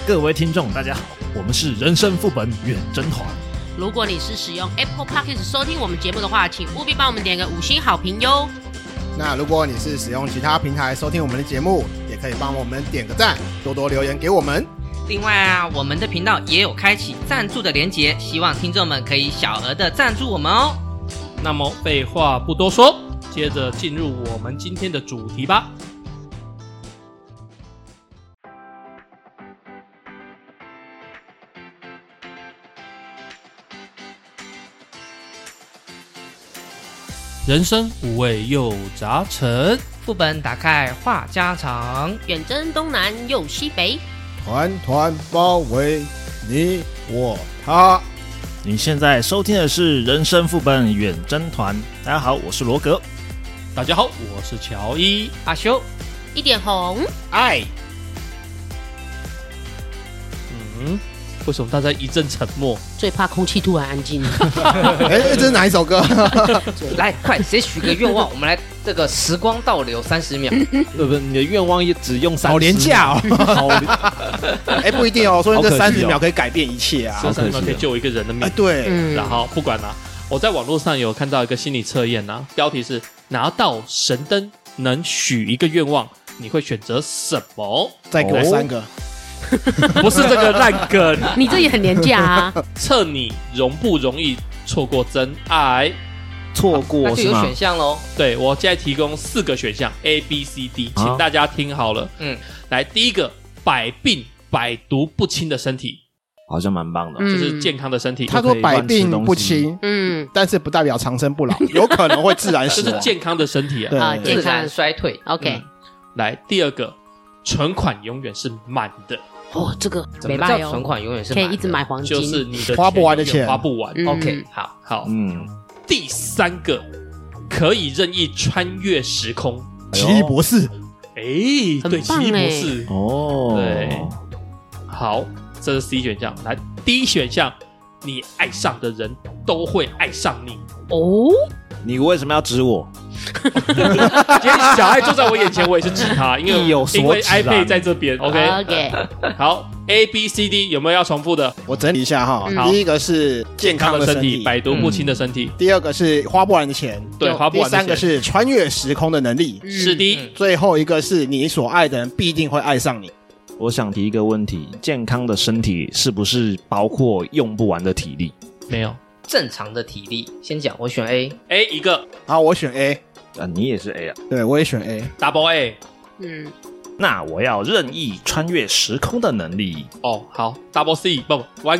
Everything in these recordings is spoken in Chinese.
各位听众大家好，我们是人生副本远征团。 如果你是使用 Apple Podcast 收听我们节目的话，请务必帮我们点个5星好评哟。 那如果你是使用其他平台收听我们的节目，也可以帮我们点个赞，多多留言给我们。 另外啊，我们的频道也有开启赞助的连结，希望听众们可以小额的赞助我们哦。 那么废话不多说，接着进入我们今天的主题吧。人生五味又杂陈， 副本打开话家常， 远征东南又西北， 团团包围你我他。 你现在收听的是人生副本远征团。大家好，我是罗格。 大家好，我是乔伊。 阿修， 一点红。 爱， 为什么大家一阵沉默？ 最怕空气突然安静。 这是哪一首歌？ 来，快谁许个愿望？我们来这个时光倒流30秒。 不，你的愿望也只用30秒， 好廉价哦。不一定哦，说这30秒可以改变一切啊。 这30秒可以救一个人的命。 对， 然后不管啦，我在网络上有看到一个心理测验啊，标题是拿到神灯能许一个愿望，你会选择什么？ 再给我3个。 不是这个烂梗， 你这也很廉价啊！ 测你容不容易错过真爱？ 错过那就有选项喽。 对，我现在提供4个选项 A、B、C、D， 请大家听好了。来，第一个，百病百毒不侵的身体， 好像蛮棒的， 就是健康的身体。 他说百病不侵，但是不代表长生不老，有可能会自然死亡。 就是健康的身体啊， 自然衰退。 OK， 来，第二个，存款永远是满的。 哦，这个怎么叫存款永远是满的？ 可以一直买黄金， 就是你的花不完的钱， 花不完。 OK， 好， 第3个，可以任意穿越时空。 奇异博士， 对，奇异博士。 哦， 对，好，这是 C 选项。来 ，D 选项，你爱上的人都会爱上你。 哦， 你为什么要指我？ 今天小爱坐在我眼前，我也是指他，因为 iPad 在这边。OK， 好 ，A B C D 有没有要重复的？ 我整理一下哈。第一个是健康的身体， 百毒不侵的身体。 第二个是花不完的钱， 对，花不完的钱。 第3个是穿越时空的能力， 是的。 最后一个是你所爱的人必定会爱上你。 我想提一个问题：健康的身体是不是包括用不完的体力？ 没有。 正常的体力，先讲，我选 A 一个， 好，我选 A， 你也是 A 啊？ 对，我也选 A，Double A， 那我要任意穿越时空的能力。 哦，好 ，Double C， 不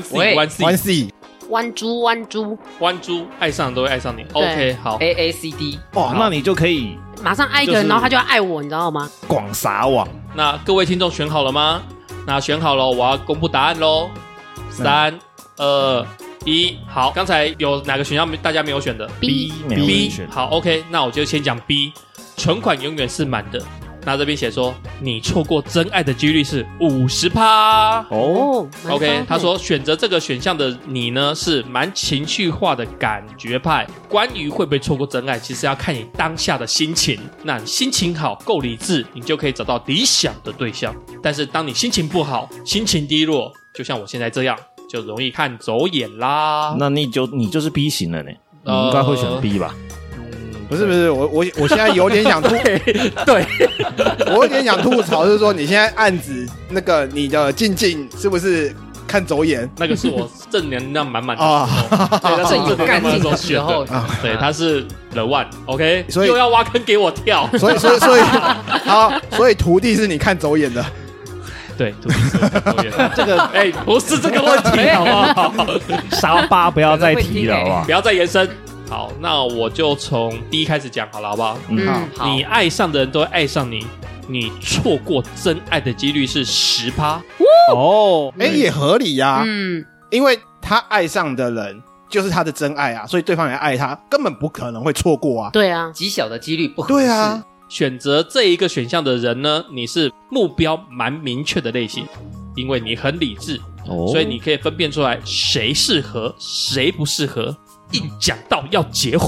，One C， 弯猪， 爱上都会爱上你。OK， 好 ，A C D， 那你就可以马上爱一个人，然后他就要爱我，你知道吗？ 广撒网。 那各位听众选好了吗？那选好了，我要公布答案喽。3、2、1，好，刚才有哪个选项大家没有选的 ？B 没有人选。 好 ，OK， 那我就先讲 B， 存款永远是满的。那这边写说，你错过真爱的几率是50%。 哦 ，OK， 他说选择这个选项的你呢，是蛮情绪化的感觉派。关于会不会错过真爱，其实要看你当下的心情。那你心情好，够理智，你就可以找到理想的对象。但是当你心情不好，心情低落，就像我现在这样，就容易看走眼啦。 那你就是 B 型了呢，你应该会选 B 吧？ 不是，我现在有点想吐， 对， 我有点想吐槽，就是说你现在暗指那个你的静是不是看走眼？ 那个是我正能量满满的时候，对，他是正能量满满的时候选的，对，他是 The One，OK， 所以又要挖坑给我跳， 所以好，所以徒弟是你看走眼的。 对，徒弟是我看走眼的。这个不是这个问题，好不好？ 沙发不要再提了，好不好？ 不要再延伸。好，那我就从第一开始讲好了，好不好？ 好。 你爱上的人都会爱上你，你错过真爱的几率是10%。 哦， 也合理呀。因为他爱上的人就是他的真爱啊，所以对方也爱他，根本不可能会错过啊。 对啊， 极小的几率不合适。 对啊， 选择这一个选项的人呢，你是目标蛮明确的类型，因为你很理智，所以你可以分辨出来谁适合，谁不适合。一讲到要结婚，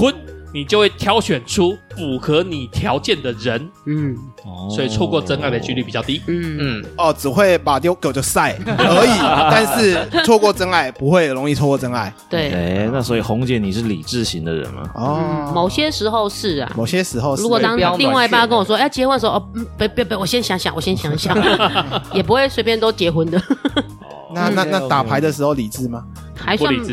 你就会挑选出符合你条件的人，所以错过真爱的几率比较低。 只会把丢狗就晒而已，但是错过真爱不会容易错过真爱。 对， 那所以红姐你是理智型的人吗？ 某些时候是啊， 某些时候是。 如果当另外一半跟我说要结婚的时候，别，我先想想，也不会随便都结婚的。 那打牌的时候理智吗？ 还算不理智。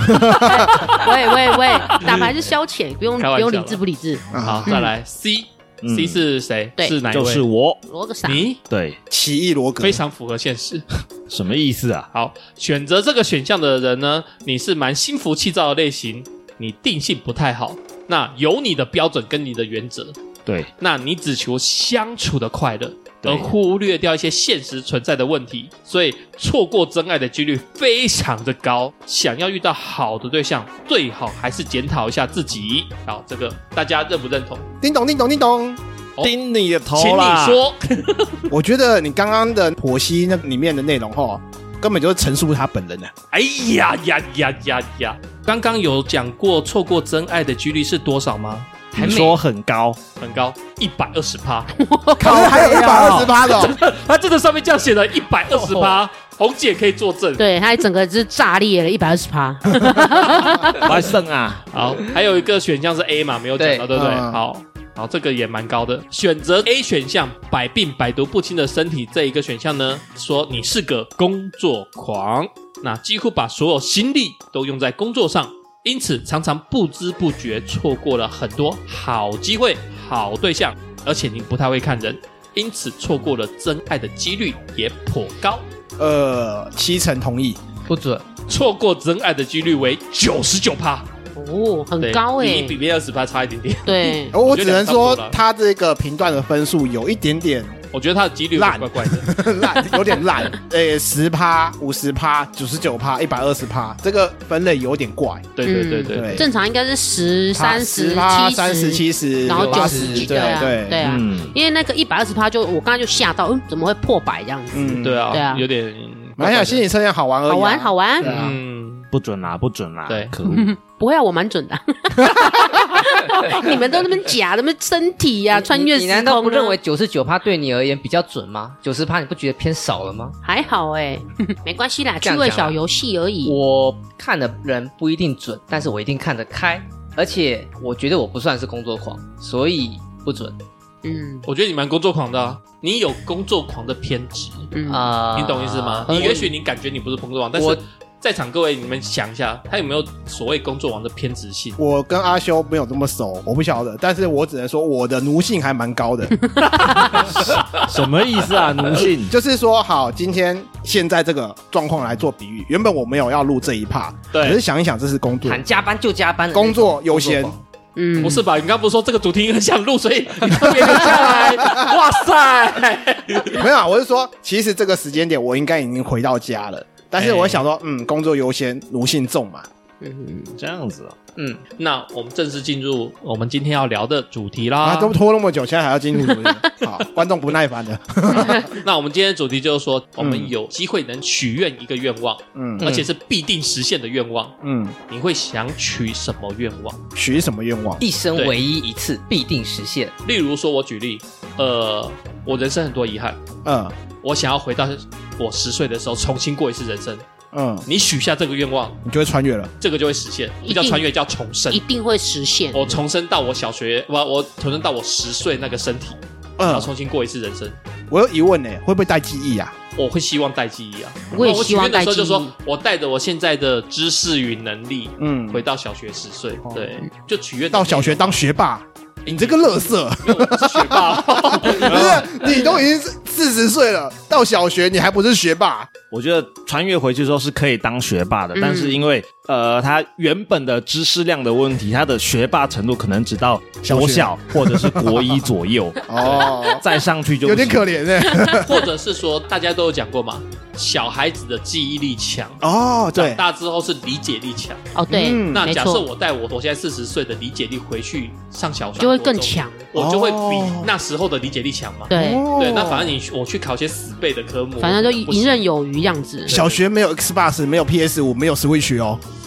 喂，打牌是消遣，不用理智不理智。 好，再来 C 是谁？是哪一位？ 就是我。 罗个傻。 你对， 奇异罗格非常符合现实。 什么意思啊？ 好，选择这个选项的人呢，你是蛮心浮气躁的类型，你定性不太好，那有你的标准跟你的原则。 对， 那你只求相处的快乐，而忽略掉一些现实存在的问题，所以错过真爱的几率非常的高。想要遇到好的对象，最好还是检讨一下自己。好，这个大家认不认同？ 叮咚叮咚叮咚， 叮你的头请啦！ 你说。 我觉得你刚刚的剖析那里面的内容根本就是陈述他本人的。 哎呀，刚刚有讲过错过真爱的几率是多少吗？ 你说很高， 很高，120%。 可是还有120%的他这个上面这样写的120%，红姐可以作证。 对，他整个是炸裂了120%。 我还剩啊。 好，还有一个选项是 A 嘛，没有讲到，对不对？好，这个也蛮高的。选择 A 选项，百病百毒不侵的身体这一个选项呢，说你是个工作狂，那几乎把所有心力都用在工作上。因此常常不知不觉错过了很多好机会、好对象，而且你不太会看人，因此错过了真爱的几率也颇高。 70%同意， 不准。 错过真爱的几率为99%。 很高你比别20%差一点点。 对， 我只能说他这个评断的分数有一点点， 我觉得他的几率怪怪的， 烂，有点烂。10%、50%、99%、120%，这个分类有点怪。 对， 正常应该是10、30、 30、70， 然后90，对啊，因为那个120%就我刚才就吓到，怎么会破100这样子？ 对啊，有点。 蛮想心理测验好玩而已， 好玩。 不准啦， 对， 可恶。 不会啊，我蛮准的。你们都那么假，那么身体呀，穿越时空。 你难道不认为99%对你而言比较准吗？90%你不觉得偏少了吗？ 还好没关系啦，趣味小游戏而已。 我看的人不一定准，但是我一定看得开，而且我觉得我不算是工作狂，所以不准。 我觉得你蛮工作狂的啊，你有工作狂的偏执你懂意思吗？也许你感觉你不是工作狂，但是在场各位你们想一下，他有没有所谓工作狂的偏执性？我跟阿修没有这么熟，我不晓得，但是我只能说我的奴性还蛮高的。 什么意思啊？奴性就是说，好，今天现在这个状况来做比喻，原本我没有要录这一 part， 可是想一想这是工作， 喊加班就加班， 工作优先。 不是吧？你刚不是说这个主题很想录，所以你特别留下来？哇塞！ 没有，我是说，其实这个时间点我应该已经回到家了，但是我想说，工作优先，奴性重嘛。 这样子那我们正式进入我们今天要聊的主题啦。 都拖那么久，现在还要进入主题，好，观众不耐烦的。 那我们今天的主题就是说，我们有机会能许愿一个愿望，而且是必定实现的愿望。你会想许什么愿望？ 许什么愿望？ 一生唯一一次，必定实现。 例如说，我举例，我人生很多遗憾，我想要回到我10岁的时候，重新过一次人生。你许下这个愿望， 你就会穿越了， 这个就会实现，不叫穿越，叫重生， 一定会实现。 我重生到我小学，我重生到我10岁那个身体，然后重新过一次人生。 我有疑问呢，会不会带记忆啊？ 我会希望带记忆啊。 我也希望带记忆。 我许愿的时候就说，我带着我现在的知识与能力，回到小学10岁，对，就许愿到小学当学霸。你这个垃圾， 我是学霸， 不是？你都已经40岁了，到小学你还不是学霸？ 我觉得穿越回去之后是可以当学霸的，但是因为他原本的知识量的问题，他的学霸程度可能只到国小或者是国1左右再上去就有点可怜或者是说大家都有讲过嘛，小孩子的记忆力强对， 长大之后是理解力强对。 那假设我带我现在40岁的理解力回去上小学， 就会更强， 我就会比那时候的理解力强嘛。 对， 那反正我去考些死背的科目， 反正就游刃有余这样子。 小学没有 Xbox， 没有 PS5， 没有 Switch 哦。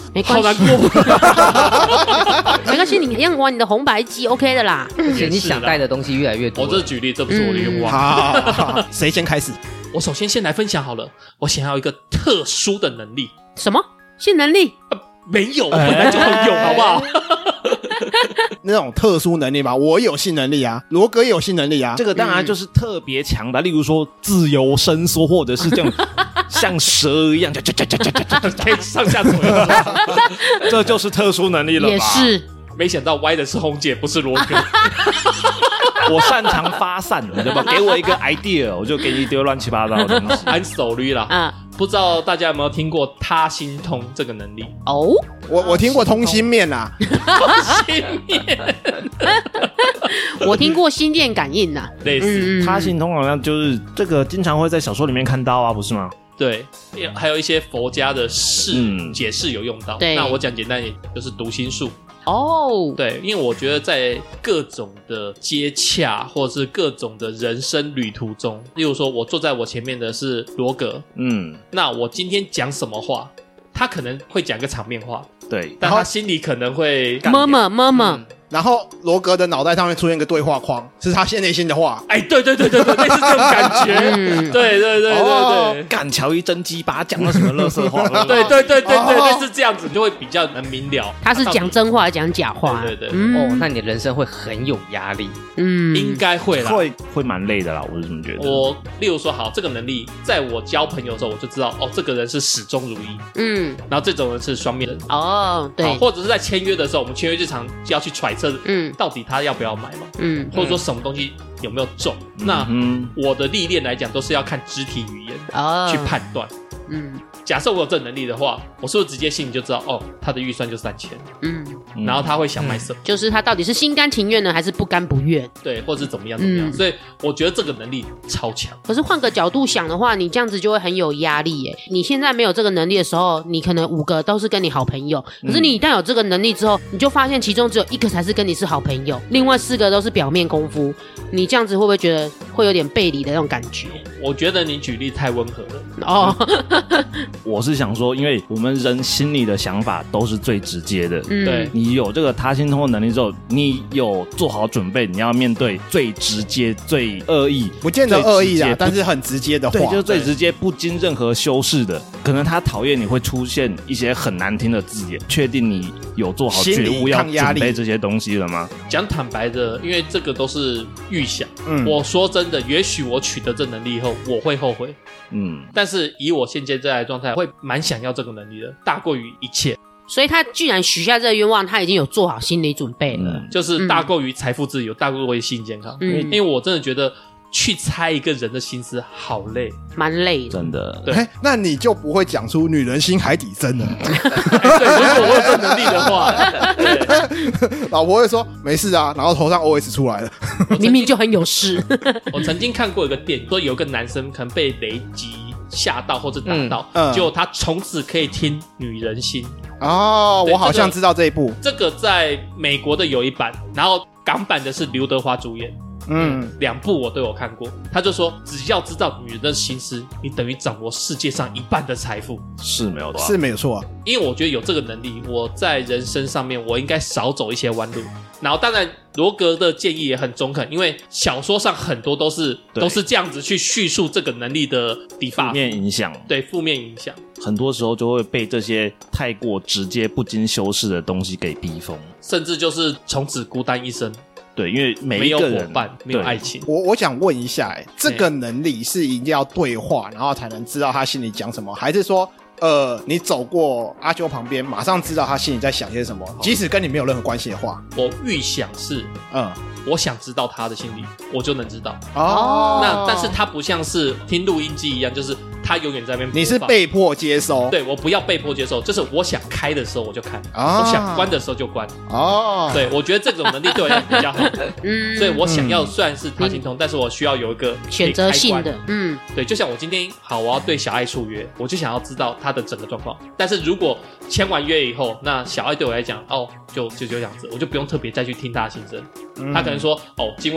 没关系， 好难过。 没关系，你用完你的红白机 OK 的啦。 而且你想带的东西越来越多。 我这是举例，这不是我的愿望。 好，谁先开始？ 我首先来分享好了，我想要一个特殊的能力。 什么性能力？ 没有，我本来就很有，好不好？ 那种特殊能力嘛，我有性能力啊，罗格也有性能力啊。 这个当然就是特别强的，例如说自由伸缩，或者是这种像蛇一样， 可以上下左右， 这就是特殊能力了吧？ 也是。 没想到歪的是红姐，不是罗哥。 我擅长发散，对吧？给我一个 idea， 我就给你一堆乱七八糟的东西。 安手驴啦，不知道大家有没有听过他心通这个能力？ 哦， 我听过通心面啦， 心面， 我听过心电感应呐， 类似他心通好像就是这个，经常会在小说里面看到啊，不是吗？ 对，还有一些佛家的解释有用到。那我讲简单一点，就是读心术。 哦， 对，因为我觉得在各种的接洽，或者是各种的人生旅途中，例如说我坐在我前面的是罗格，那我今天讲什么话，他可能会讲个场面话， 对， 但他心里可能会么。 然后罗格的脑袋上面出现一个对话框，是他内心的话。 哎，对，类似这种感觉。对， 干乔伊真鸡巴讲了什么垃圾话？ 对，类似这样子，就会比较能明了。 他是讲真话还是讲假话？ 对。 那你的人生会很有压力。 应该会啦， 会蛮累的啦，我是这么觉得。 我例如说，好，这个能力，在我交朋友的时候，我就知道，这个人是始终如一。然后这种人是双面人。 对。 或者是在签约的时候，我们签约日常要去揣测，到底他要不要买嘛？或者说什么东西有没有中？那我的历练来讲，都是要看肢体语言去判断。假设我有这能力的话，我是不是直接心里就知道，他的预算就3000，然后他会想买什么？ 就是他到底是心甘情愿呢，还是不甘不愿？ 对，或者是怎么样？所以我觉得这个能力超强。 可是换个角度想的话，你这样子就会很有压力耶。你现在没有这个能力的时候，你可能5个都是跟你好朋友，可是你一旦有这个能力之后，你就发现其中只有1个才是跟你是好朋友，另外4个都是表面功夫。你这样子会不会觉得会有点背离的那种感觉？ 我觉得你举例太温和了。 我是想说，因为我们人心里的想法都是最直接的。 对， 你有这个他心通的能力之后，你有做好准备，你要面对最直接、最恶意， 不见得恶意啊，但是很直接的话， 对，就是最直接，不经任何修饰的。可能他讨厌你会出现一些很难听的字眼，确定你有做好觉悟要准备这些东西了吗？ 讲坦白的，因为这个都是预想。我说真的，也许我取得这能力以后，我会后悔。但是以我现在的状态，会蛮想要这个能力的，大过于一切。 所以他居然许下这个愿望，他已经有做好心理准备了， 就是大过于财富自由，大过于心理健康。因为我真的觉得去猜一个人的心思好累， 蛮累的， 真的。 对， 那你就不会讲出女人心海底针了。 对，如果我有这能力的话， 老婆会说没事啊，然后头上 OS 出来了， 明明就很有事。 我曾经看过一个电影，说有一个男生可能被雷击吓到或者打到，结果他从此可以听女人心。 我好像知道这一部。 这个在美国的有一版，然后港版的是刘德华主演。2部我都有看过。他就说，只要知道女人的心思，你等于掌握世界上1半的财富。 是没有错， 是没有错。 因为我觉得有这个能力，我在人生上面我应该少走一些弯路。然后当然罗格的建议也很中肯，因为小说上很多都是这样子去叙述这个能力的debuff，负面影响。 对，负面影响很多时候就会被这些太过直接不经修饰的东西给逼疯， 甚至就是从此孤单一生。 对，因为每一个人没有伙伴，没有爱情。 我想问一下，这个能力是一定要对话，然后才能知道他心里讲什么，还是说你走过阿修旁边，马上知道他心里在想些什么，即使跟你没有任何关系的话？ 我预想是，我想知道他的心里，我就能知道。但是他不像是听录音机一样，就是他永远在那边播放。 你是被迫接收？ 对，我不要被迫接收，就是我想开的时候我就开，我想关的时候就关。对，我觉得这种能力对我来讲比较好。所以我想要虽然是他心通，但是我需要有一个选择性的。 对，就像我今天好，我要对小爱出约，我就想要知道他的整个状况。但是如果签完约以后，那小爱对我来讲，就这样子，我就不用特别再去听他的心声。他可能说，今晚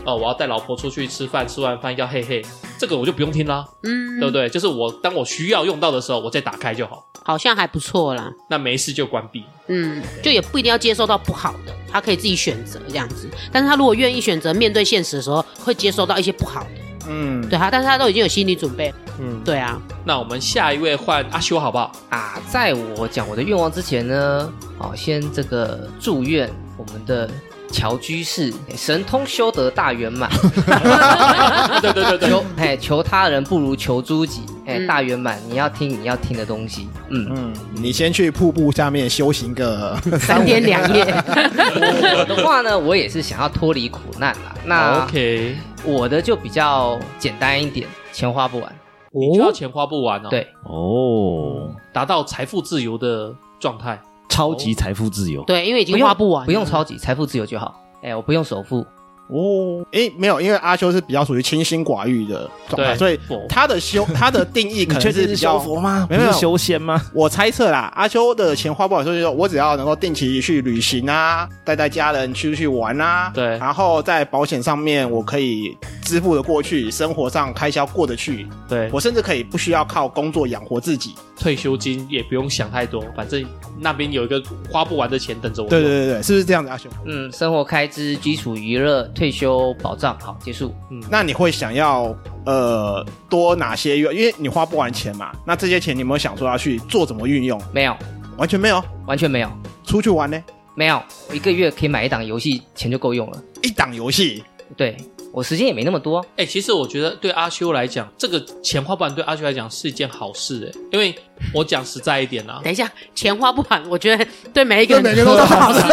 我要带老婆出去吃饭，吃完饭要嘿嘿，这个我就不用听啦，对不对？就是当我需要用到的时候，我再打开就好。 好像还不错啦。 那没事就关闭。 就也不一定要接受到不好的，他可以自己选择这样子。但是他如果愿意选择面对现实的时候，会接受到一些不好的。对他，但是他都已经有心理准备。对啊。 那我们下一位换阿修好不好？ 在我讲我的愿望之前呢，先这个祝愿我们的乔居士神通修得大圆满。 对， 求他人不如求诸己。大圆满，你要听你要听的东西。 你先去瀑布下面修行个 3天2夜。 我的话呢，我也是想要脱离苦难啦。那 OK， 我的就比较简单一点，钱花不完。 你就要钱花不完哦。 对， 达到财富自由的状态， 超级财富自由。 对，因为已经花不完， 不用超级财富自由就好。我不用首付。 没有，因为阿修是比较属于清心寡欲的状态，所以他的定义可能是比较修佛吗？ 没有修仙吗？ 我猜测啦，阿修的钱花不完，所以说我只要能够定期去旅行啊，带家人出去玩啊， 对， 然后在保险上面我可以支付的过去，生活上开销过得去， 对， 我甚至可以不需要靠工作养活自己， 退休金也不用想太多，反正那边有一个花不完的钱等着我。 对，是不是这样子，阿修？ 生活开支、基础娱乐、退休保障，好，结束。 那你会想要多哪些因为你花不完钱嘛，那这些钱你有没有想说要去做怎么运用？ 没有， 完全没有， 完全没有。 出去玩呢？ 没有，我1个月可以买1档游戏，钱就够用了。 1档游戏？ 对，我时间也没那么多。 其实我觉得对阿修来讲，这个钱花不完对阿修来讲是一件好事因为我讲实在一点啊。 等一下，钱花不完，我觉得对每一个人都是好事。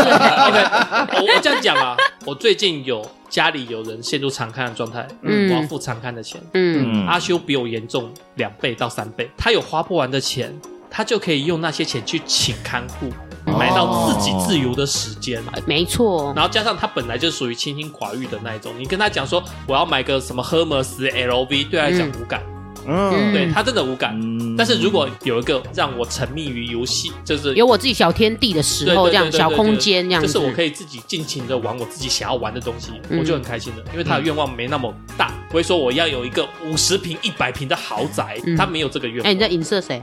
OK， 我这样讲啊，我最近家里有人陷入残看的状态，我要付残看的钱。阿修比我严重2倍到3倍，他有花不完的钱，他就可以用那些钱去请看护。买到自己自由的时间， 没错。 然后加上他本来就属于清心寡欲的那一种，你跟他讲说我要买个什么 Hermes、LV， 对他来讲无感。对他真的无感。但是如果有一个让我沉迷于游戏，就是有我自己小天地的时候，这样小空间这样子， 就是我可以自己尽情的玩我自己想要玩的东西，我就很开心的。因为他的愿望没那么大，不会说我要有一个50坪、100坪的豪宅，他没有这个愿望。 你在影射谁？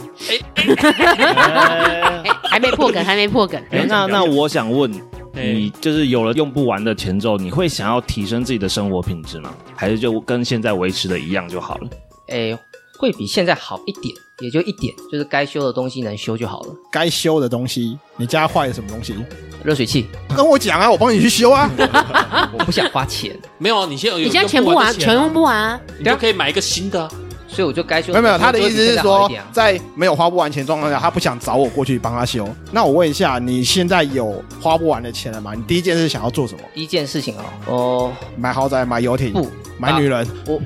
还没破梗。 那我想问。你就是有了用不完的钱之后，你会想要提升自己的生活品质吗？还是就跟现在维持的一样就好了？ 会比现在好一点，也就一点，就是该修的东西能修就好了。 该修的东西，你家坏了什么东西？ 热水器。 跟我讲啊，我帮你去修啊。 我不想花钱。 没有，你现在钱不完，全用不完， 你就可以买一个新的。 所以我就该修。 没有，他的意思是说，在没有花不完钱状况下，他不想找我过去帮他修。那我问一下，你现在有花不完的钱了吗？你第一件事想要做什么？ 第一件事情买豪宅，买游艇，不买女人。 我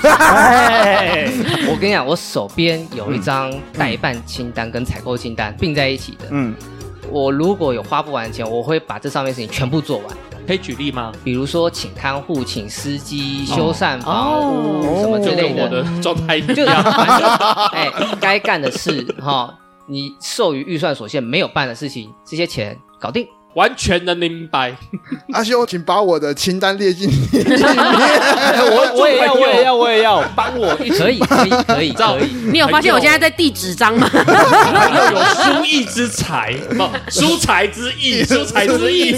跟你讲，我手边有一张代办清单跟采购清单并在一起的。我如果有花不完的钱，我会把这上面的事情全部做完。 可以举例吗？ 比如说请看护、请司机、修缮房屋什么之类的， 我的状态一样。 该干的事你受于预算所限没有办的事情，这些钱搞定。 完全能明白。 阿修，请把我的清单列进里面。 我也要，帮我一可以。 你有发现我现在在递纸张吗？ 要有书艺之才，书才之意，书才之意。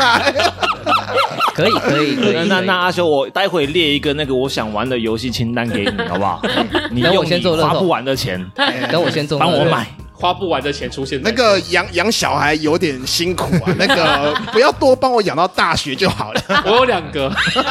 可以。 那阿修，我待会列一个那个我想玩的游戏清单给你，好不好？你等我先做花不完的钱， 等我先做， 帮我买。 花不完的钱出现， 那个养小孩有点辛苦啊，那个不要多帮我养到大学就好了。 我有2个。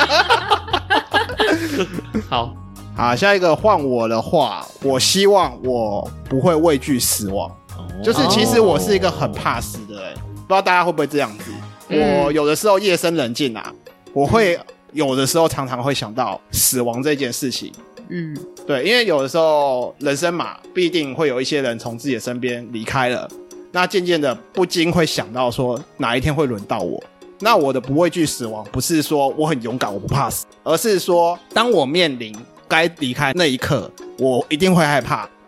好， 下一个换我的话，我希望我不会畏惧死亡。就是其实我是一个很怕死的人，不知道大家会不会这样子。我有的时候夜深人静啊，我会有的时候常常会想到死亡这件事情。对，因为有的时候人生嘛，必定会有一些人从自己的身边离开了，那渐渐的不禁会想到说哪一天会轮到我。那我的不畏惧死亡，不是说我很勇敢，我不怕死，而是说当我面临该离开那一刻，我一定会害怕，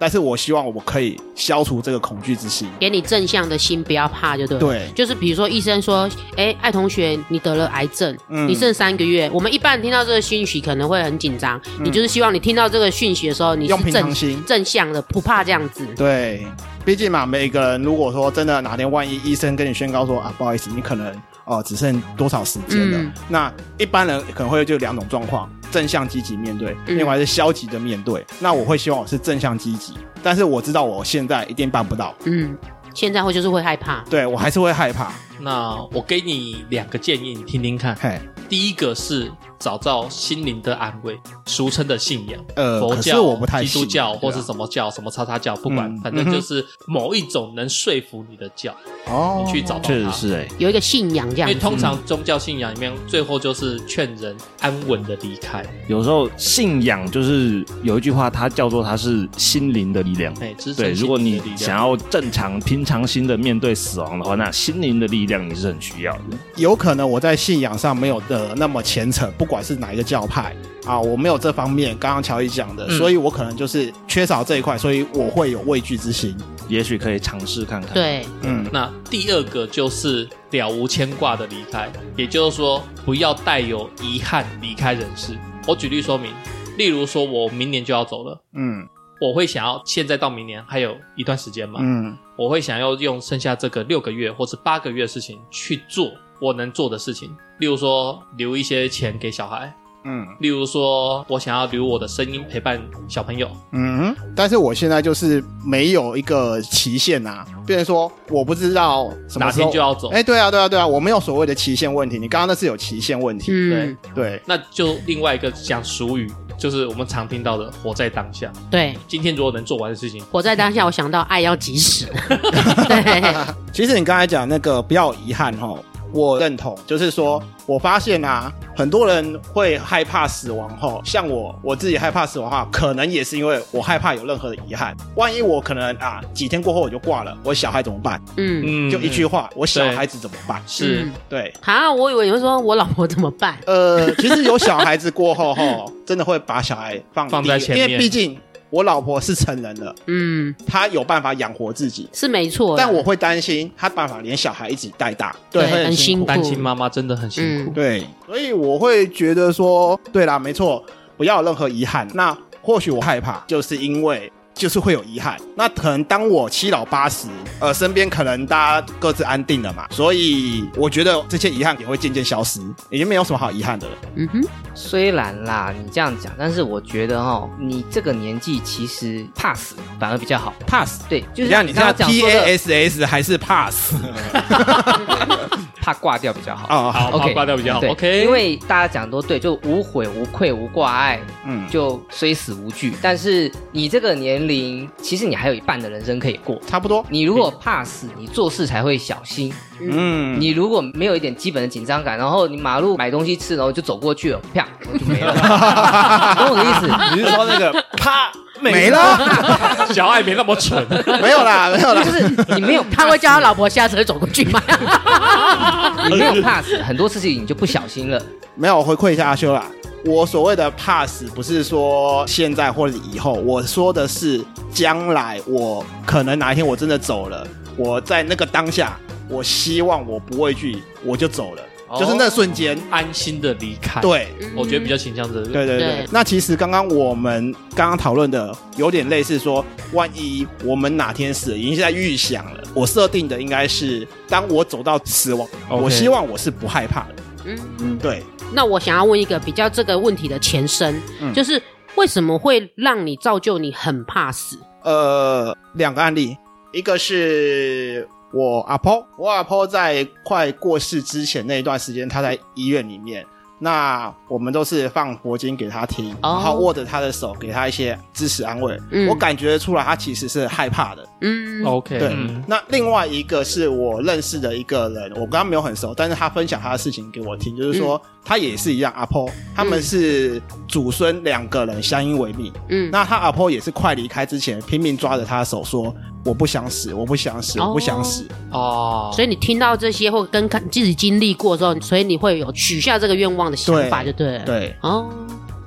但是我希望我可以消除这个恐惧之心， 给你正向的心，不要怕就对了。 对， 就是比如说医生说，艾同学你得了癌症，你剩3个月，我们一般人听到这个讯息可能会很紧张，你就是希望你听到这个讯息的时候，你是用平常心正向的，不怕这样子。 对，毕竟嘛，每个人如果说真的哪天万一医生跟你宣告说啊，不好意思，你可能只剩多少时间了，那一般人可能会就2种状况，正向积极面对，另外是消极的面对。那我会希望我是正向积极，但是我知道我现在一定办不到。 现在就是会害怕。 对，我还是会害怕。 那我给你2个建议，你听听看。第一个是找到心灵的安慰，俗称的信仰，佛教、 我不太基督教或是什么教、什么叉叉教，不管，反正就是某一种能说服你的教。你去找到它。 确实是有一个信仰这样子。 因为通常宗教信仰里面，最后就是劝人安稳的离开。 有时候信仰就是有一句话，它叫做它是心灵的力量。对，如果你想要正常平常心的面对死亡的话，那心灵的力量你是很需要的。 有可能我在信仰上没有的那么虔诚，不管是哪一个教派啊，我没有这方面刚刚乔伊讲的，所以我可能就是缺少这一块，所以我会有畏惧之心。 也许可以尝试看看。 对， 那第2个就是了无牵挂的离开，也就是说不要带有遗憾离开人世。我举例说明，例如说我明年就要走了，我会想要现在到明年还有一段时间嘛，我会想要用剩下这个6个月或者8个月的事情去做我能做的事情，例如说留一些钱给小孩，例如说我想要留我的声音陪伴小朋友， 但是我现在就是没有一个期限啊，变成说我不知道什么时候哪天就要走。 对啊，我没有所谓的期限问题，你刚刚那是有期限问题。对， 那就另外一个讲俗语，就是我们常听到的活在当下。 对， 今天如果能做完的事情， 活在当下，我想到爱要及时。对， 其实你刚才讲那个不要有遗憾齁，我认同，就是说我发现啊，很多人会害怕死亡后，像我自己害怕死亡的话，可能也是因为我害怕有任何的遗憾。万一我可能几天过后我就挂了，我小孩怎么办？就一句话，我小孩子怎么办？ 是， 对。 我以为你会说我老婆怎么办？ 其实有小孩子过后真的会把小孩放在前面， 因为毕竟我老婆是成人了，她有办法养活自己， 是没错。 但我会担心她办法连小孩一起带大， 对，很辛苦。 单亲妈妈真的很辛苦， 对，所以我会觉得说，对啦，没错，不要有任何遗憾。那或许我害怕，就是因为就是会有遗憾。那可能当我7老80，身边可能大家各自安定了嘛，所以我觉得这些遗憾也会渐渐消失，已经没有什么好遗憾的了。 虽然啦，你这样讲，但是我觉得你这个年纪其实怕死反而比较好。 怕死， 对，就是你刚刚讲 PASS 还是怕死？ 怕挂掉比较好。 好，怕挂掉比较好。OK， 因为大家讲都对，就无悔无愧无挂碍，就虽死无惧。但是你这个年龄，其实你还有一半的人生可以过， 差不多。 你如果怕死，你做事才会小心。你如果没有一点基本的紧张感，然后你马路买东西吃，然后就走过去了，啪，我就没了。懂我的意思？ 你是说那个啪没了？ 小爱没那么蠢， 没有啦， 就是你没有， 他会叫他老婆下车走过去吗？ 你没有怕死，很多事情你就不小心了。 没有，我回馈一下阿修啦。我所谓的怕死，不是说现在或者以后，我说的是将来，我可能哪一天我真的走了，我在那个当下，我希望我不畏惧，我就走了。就是那瞬间安心的离开。 对， 我觉得比较倾向这个。 对。那其实我们刚刚讨论的有点类似说，万一我们哪天死了，已经在预想了。我设定的应该是，当我走到死亡，我希望我是不害怕的。对。 那我想要问一个比较这个问题的前身，就是为什么会让你造就你很怕死 ？2个案例，一个是我阿婆在快过世之前那一段时间，她在医院里面，那我们都是放佛经给她听，然后握着她的手，给她一些支持安慰。我感觉出来她其实是害怕的。 OK， 对。那另外一个是我认识的一个人，我跟他没有很熟，但是他分享他的事情给我听，就是说他也是一样，阿婆他们是祖孙2个人相依为命。那他阿婆也是快离开之前拼命抓着他的手说，我不想死，我不想死，我不想死。 所以你听到这些或跟自己经历过之后，所以你会有许下这个愿望的想法，就对了。 对。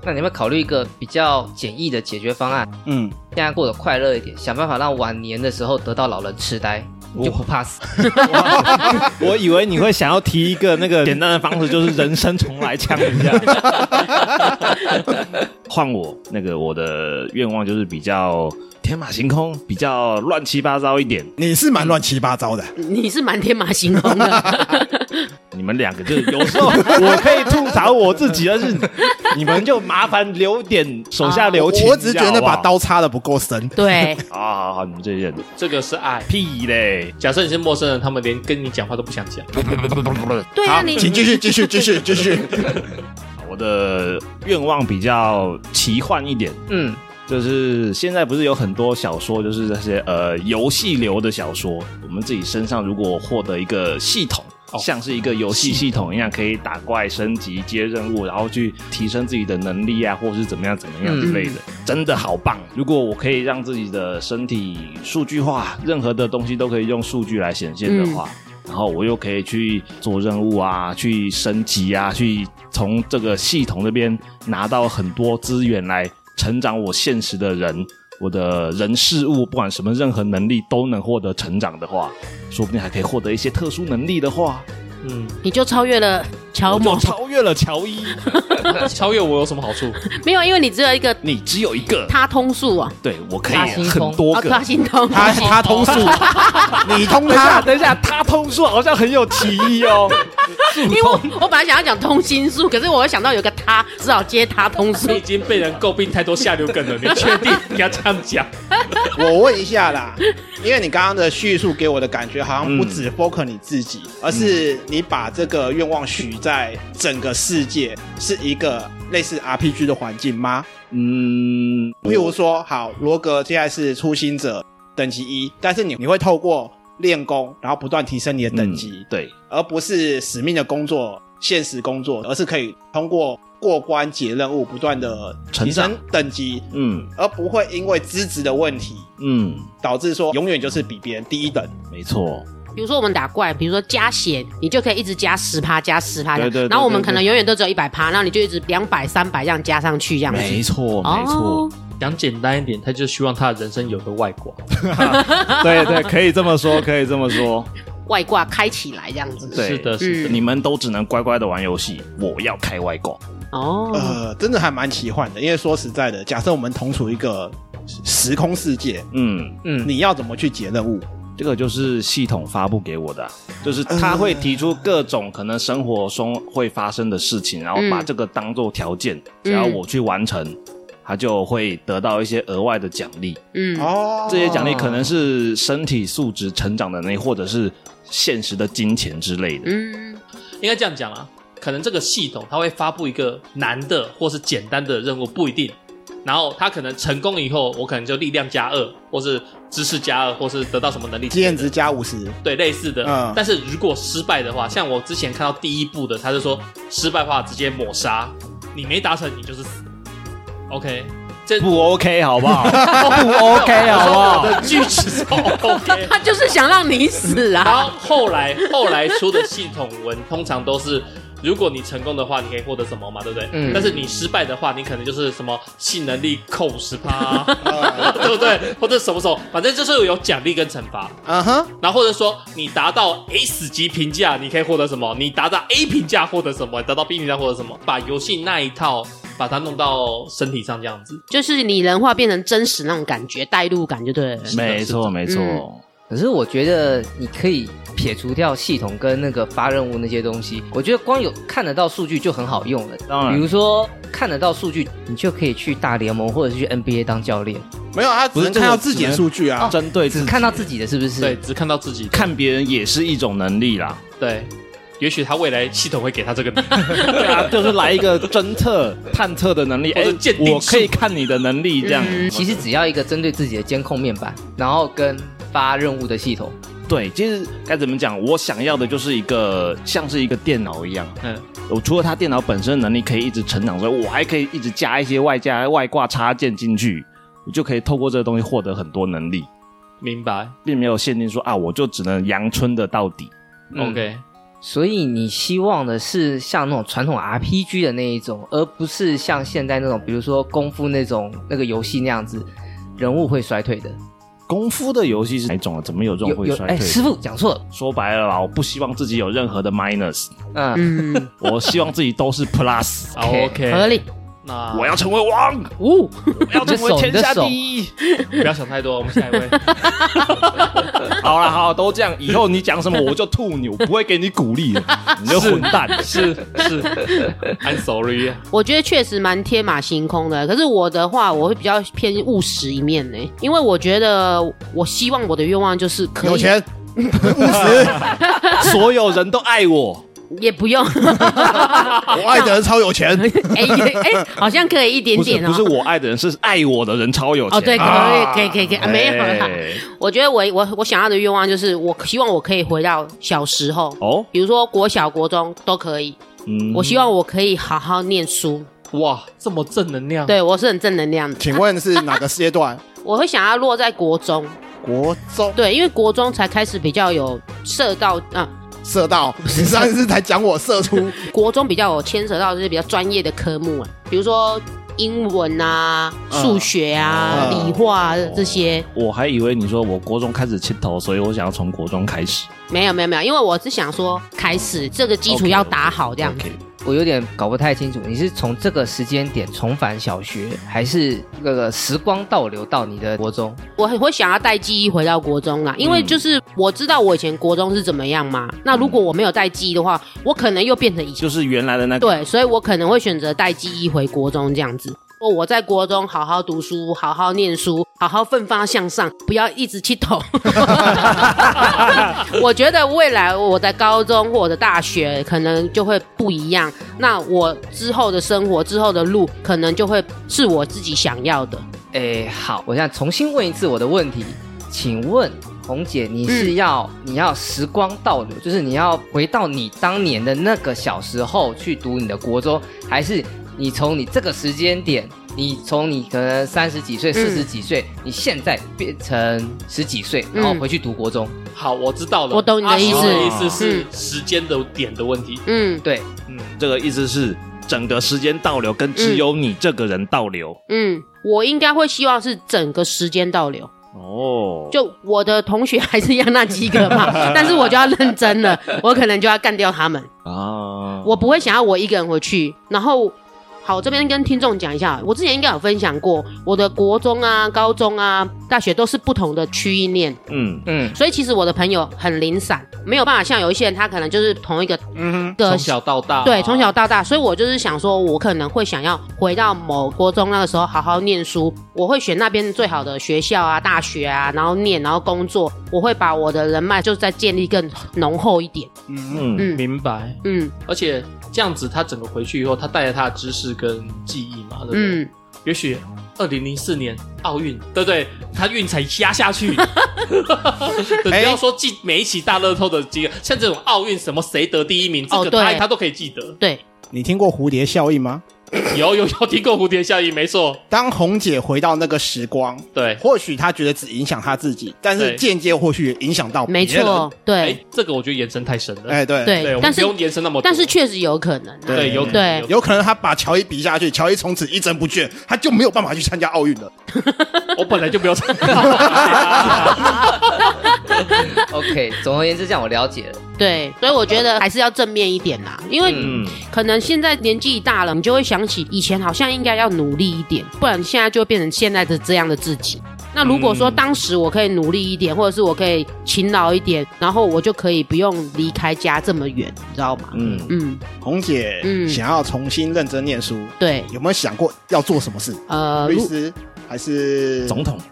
那你会考虑一个比较简易的解决方案？现在过得快乐一点，想办法让晚年的时候得到老人痴呆，你就不怕死。 我以为你会想要提一个那个简单的方式，就是人生重来枪一下。换我那个我的愿望就是比较天马行空，比较乱七八糟一点。 你是蛮乱七八糟的， 你是蛮天马行空的。 你们两个就是有时候我可以吐槽我自己，但是你们就麻烦留点手下留情。 我只是觉得把刀插的不够深。 对， 好，你们这些人这个是爱屁嘞。 假设你是陌生人，他们连跟你讲话都不想讲。 对啊，你请继续。 我的愿望比较奇幻一点，就是现在不是有很多小说，就是这些游戏流的小说，我们自己身上如果获得一个系统，像是一个游戏系统一样，可以打怪升级接任务，然后去提升自己的能力啊，或是怎么样之类的，真的好棒。如果我可以让自己的身体数据化，任何的东西都可以用数据来显现的话，然后我又可以去做任务啊，去升级啊，去从这个系统那边拿到很多资源来成长我现实的人，我的人事物，不管什么任何能力都能获得成长的话，说不定还可以获得一些特殊能力的话， 你就超越了乔某， 超越了乔伊。 超越我有什么好处？ 没有，因为你只有一个， 你只有一个他通数啊。 对，我可以很多个。 他心通， 他通数，你通他。 等一下，他通数好像很有歧义哦。 因为我本来想要讲通心术，可是我会想到有个他，只好接他通数。 你已经被人诟病太多下流梗了，你确定你要这样讲？ 我问一下啦，因为你刚刚的叙述给我的感觉好像不只 focus 你自己，而是你把这个愿望许在整个世界，是一个类似 RPG 的环境吗？譬如说，好，罗格现在是初心者等级1，但是你会透过练功，然后不断提升你的等级， 对， 而不是死命的工作、现实工作，而是可以通过过关解任务，不断的提升等级，而不会因为资质的问题，导致说永远就是比别人低一等。 没错。 比如说我们打怪，比如说加血，你就可以一直加10%加10%， 对， 然后我们可能永远都只有100%，然后你就一直200、300这样加上去，这样子。 没错。 讲简单一点，他就希望他的人生有个外挂。 对，可以这么说。 外挂开起来这样子。 是的， 你们都只能乖乖的玩游戏，我要开外挂。 真的还蛮奇幻的，因为说实在的，假设我们同处一个时空世界，你要怎么去解任务？ 这个就是系统发布给我的，就是他会提出各种可能生活中会发生的事情，然后把这个当做条件，只要我去完成，他就会得到一些额外的奖励。这些奖励可能是身体素质成长的能力，或者是现实的金钱之类的。 应该这样讲啊，可能这个系统它会发布一个难的或是简单的任务，不一定。然后他可能成功以后，我可能就力量加2，或是知识加2，或是得到什么能力， 经验值加50， 对，类似的。但是如果失败的话，像我之前看到第1部的，他就说失败的话直接抹杀，你没达成你就是死。OK， 这不 OK 好不好？不 OK 好不好？ 我的句子是 OK， 他就是想让你死啊。 然后后来出的系统文通常都是，如果你成功的话，你可以获得什么嘛，对不对？但是你失败的话，你可能就是什么性能力扣50%，对不对？或者什么，反正就是有奖励跟惩罚。然后或者说你达到 S 级评价，你可以获得什么？你达到 A 评价获得什么？达到 B 评价获得什么？把游戏那一套把它弄到身体上，这样子， 就是拟人化变成真实那种感觉，代入感就对了。 没错。 可是我觉得你可以撇除掉系统跟那个发任务那些东西，我觉得光有看得到数据就很好用了。 当然， 比如说看得到数据，你就可以去大联盟或者是去 NBA 当教练。 没有，他只能看到自己的数据啊， 针对自己， 只看到自己的，是不是？ 对，只看到自己， 看别人也是一种能力啦。 对。也许他未来系统会给他这个能力， 对啊，就是来一个侦测、探测的能力，我可以看你的能力这样。 其实只要一个针对自己的监控面板，然后跟发任务的系统。 对，其实该怎么讲，我想要的就是一个像是一个电脑一样。我除了它电脑本身的能力可以一直成长之外，我还可以一直加一些外挂插件进去，我就可以透过这个东西获得很多能力。 明白， 并没有限定说啊，我就只能阳春的到底。 OK。 所以你希望的是像那种传统 RPG 的那一种，而不是像现在那种比如说功夫那种那个游戏那样子人物会衰退的。 功夫的游戏是哪一种啊？怎么有这种会衰退的？ 师傅讲错了。 说白了啦，我不希望自己有任何的 minus， 我希望自己都是 plus。 OK， 合理。 那我要成为王，我要成为天下第一。 不要想太多，我们下一位。 好啦，好，都这样，以后你讲什么我就吐你，我不会给你鼓励的，你就混蛋。 是 ，I'm sorry。 我觉得确实蛮天马行空的，可是我的话，我会比较偏务实一面呢，因为我觉得我希望我的愿望就是可以有钱，务实， 所有人都爱我。 也不用， 我爱的人超有钱。 好像可以一点点不是我爱的人，是爱我的人超有钱。 哦，对，可以，没有啦。我觉得我想要的愿望就是，我希望我可以回到小时候，比如说国小、国中都可以。我希望我可以好好念书。 哇，这么正能量！ 对，我是很正能量的。 请问是哪个阶段？ 我会想要落在国中。 国中？ 对，因为国中才开始比较有射到射到，你上次才讲我射出。 国中比较有牵扯到就是比较专业的科目啊，比如说英文啊、数学啊、理化这些。 我还以为你说我国中开始起头，所以我想要从国中开始。 没有，因为我是想说开始这个基础要打好这样子。 我有点搞不太清楚，你是从这个时间点重返小学，还是那个时光倒流到你的国中？ 我会想要带记忆回到国中啦，因为就是我知道我以前国中是怎么样嘛。那如果我没有带记忆的话，我可能又变成以前就是原来的那个。 对，所以我可能会选择带记忆回国中这样子。我在国中好好读书，好好念书，好好奋发向上，不要一直气头。我觉得未来我的高中或我的大学可能就会不一样，那我之后的生活之后的路可能就会是我自己想要的。 好，我现在重新问一次我的问题，请问红姐，你是要你要时光倒流，就是你要回到你当年的那个小时候去读你的国中，还是你从你这个时间点，你从你可能30几岁、40几岁，你现在变成10几岁，然后回去读国中？ 好，我知道了。 我懂你的意思。 意思是时间的点的问题。 对， 这个意思是整个时间倒流，跟只有你这个人倒流。 我应该会希望是整个时间倒流。就我的同学还是一样那几个嘛，但是我就要认真了，我可能就要干掉他们啊！我不会想要我一个人回去，然后。好，这边跟听众讲一下，我之前应该有分享过，我的国中啊、高中啊、大学都是不同的区域念，所以其实我的朋友很零散，没有办法像有一些人他可能就是同一个从小到大， 对，从小到大，所以我就是想说，我可能会想要回到某国中那个时候好好念书，我会选那边最好的学校啊、大学啊，然后念，然后工作，我会把我的人脉就再建立更浓厚一点。 明白。而且这样子，他整个回去以后，他带着他的知识跟记忆嘛，对不对？也许2004年奥运，对不对？他运才压下去。不要说记每一期大乐透的金额，像这种奥运什么谁得第一名，这个他都可以记得。 对， 你听过蝴蝶效应吗？ 有听过蝴蝶效应，没错。 当红姐回到那个时光， 对， 或许她觉得只影响她自己，但是间接或许影响到别人。 没错，对。 这个我觉得延伸太深了。 对， 我们不用延伸那么多。 但是确实有可能， 对， 有可能他把乔伊比下去，乔伊从此一针不倦，他就没有办法去参加奥运了。 我本来就没有参加。 OK， 总而言之，这样我了解了。 对，所以我觉得还是要正面一点啦，因为可能现在年纪大了，你就会想起以前好像应该要努力一点，不然现在就会变成现在的这样的自己。那如果说当时我可以努力一点，或者是我可以勤劳一点，然后我就可以不用离开家这么远，你知道吗？ 红姐想要重新认真念书， 对， 有没有想过要做什么事？律师还是总统？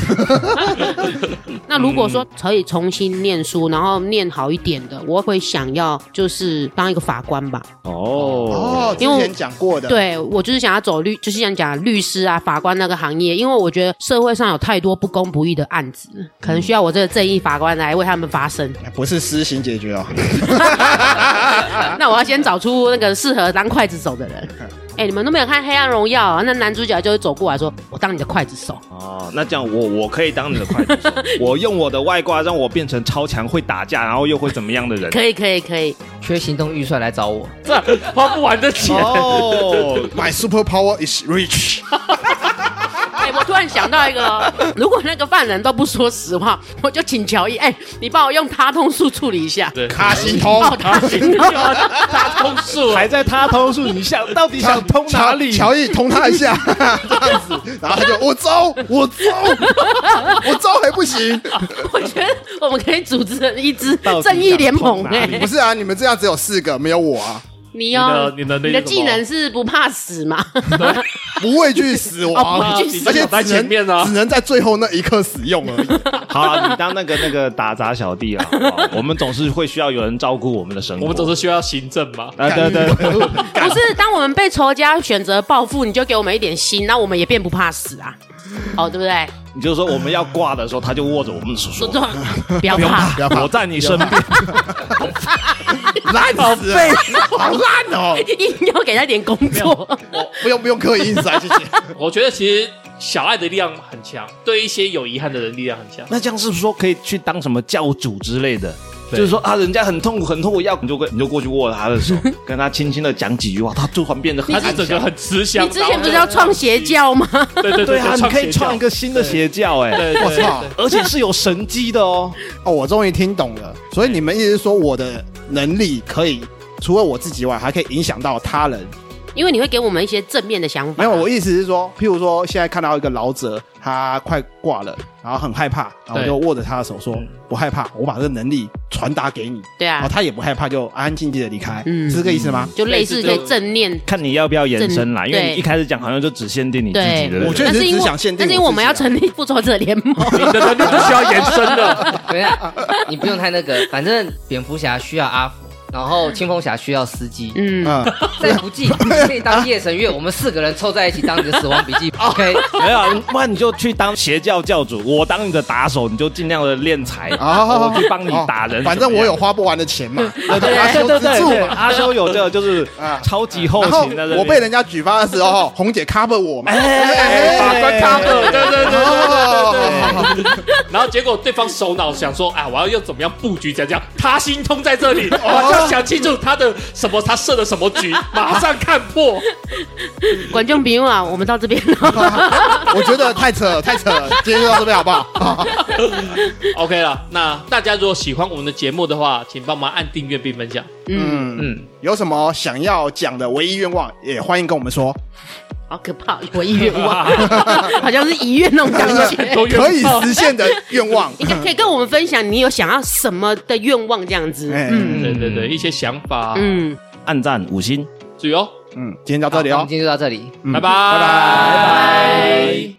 那如果说可以重新念书，然后念好一点的，我会想要就是当一个法官吧。 之前讲过的。 对，我就是想要走就是想讲律师啊、法官那个行业，因为我觉得社会上有太多不公不义的案子，可能需要我这个正义法官来为他们发声。 不是私刑解决哦。 那我要先找出那个适合当刽子手的人。 你们都没有看《黑暗荣耀》啊？那男主角就会走过来说：“我当你的刽子手。” 哦，那这样我可以当你的刽子手，我用我的外挂让我变成超强会打架，然后又会怎么样的人？ 可以。 缺行动预算来找我， 这花不完的钱。 哦，My super power is rich。 我突然想到一个，如果那个犯人都不说实话，我就请乔伊，你帮我用他通术处理一下。 对， 他心通， 他心通， 他通术还在他通术，你到底想通哪里？ 乔伊通他一下，这样子，然后他就我走还不行。 我觉得我们可以组织一支正义联盟。 不是啊，你们这样只有4个，没有我啊。 你的技能是不怕死吗？ 不畏惧死亡， 而且只能在最后那一刻使用而已。 好了，你当那个打杂小弟啊，我们总是会需要有人照顾我们的生活， 我们总是需要行政嘛。 对， 不是，当我们被仇家选择报复，你就给我们一点心，那我们也便不怕死啊。对不对？ 你就说我们要挂的时候，他就握着我们的手说：“ 不要怕， 我在你身边。” 烂死了，好烂哦！ 硬要给他点工作， 不用刻意塞，谢谢。 我觉得其实小爱的力量很强，对一些有遗憾的人力量很强。 那这样是不是说可以去当什么教主之类的？就是说人家很痛苦，你就过去握他的手，跟他轻轻的讲几句话，他突然变得他整个很慈祥。 你之前不是要创邪教吗？ 对啊，你可以创一个新的邪教， 我操！ 而且是有神机的哦。 我终于听懂了。所以你们意思是说，我的能力可以除了我自己外，还可以影响到他人？ 因为你会给我们一些正面的想法。 没有，我意思是说，譬如说，现在看到一个老者，他快挂了，然后很害怕，然后我就握着他的手说：“不害怕，我把这个能力传达给你。” 对啊， 然后他也不害怕，就安安静静的离开，是这个意思吗？ 就类似可以正念， 看你要不要延伸啦。因为你一开始讲好像就只限定你自己的， 我确实只想限定。 但是因为我们要成立复仇者联盟， 你的能力是需要延伸的。 对啊，你不用太那个，反正蝙蝠侠需要阿福。然后青蜂侠需要司机，再不济可以当夜神月，我们4个人凑在一起当你的死亡笔记 ，OK？ 没有，不然你就去当邪教教主，我当你的打手，你就尽量的练财，我去帮你打人。 反正我有花不完的钱嘛， 对，阿修有这个就是超级后勤的。 我被人家举发的时候，红姐 cover 我嘛， 法官 cover，对。然后结果对方首脑想说，我要用怎么样布局这样，他心通在这里。要想清楚他的什么，他设的什么局，马上看破。 观众朋友啊，我们到这边了。 我觉得太扯了，今天就到这边好不好 ？OK 了，那大家如果喜欢我们的节目的话，请帮忙按订阅并分享。 有什么想要讲的唯一愿望，也欢迎跟我们说。 好可怕，唯一愿望，好像是遗愿那种感觉， 可以实现的愿望。 你可以跟我们分享你有想要什么的愿望，这样子。 对，一些想法。 按赞5星， 注意哦。 今天到这里哦， 今天就到这里， 拜拜。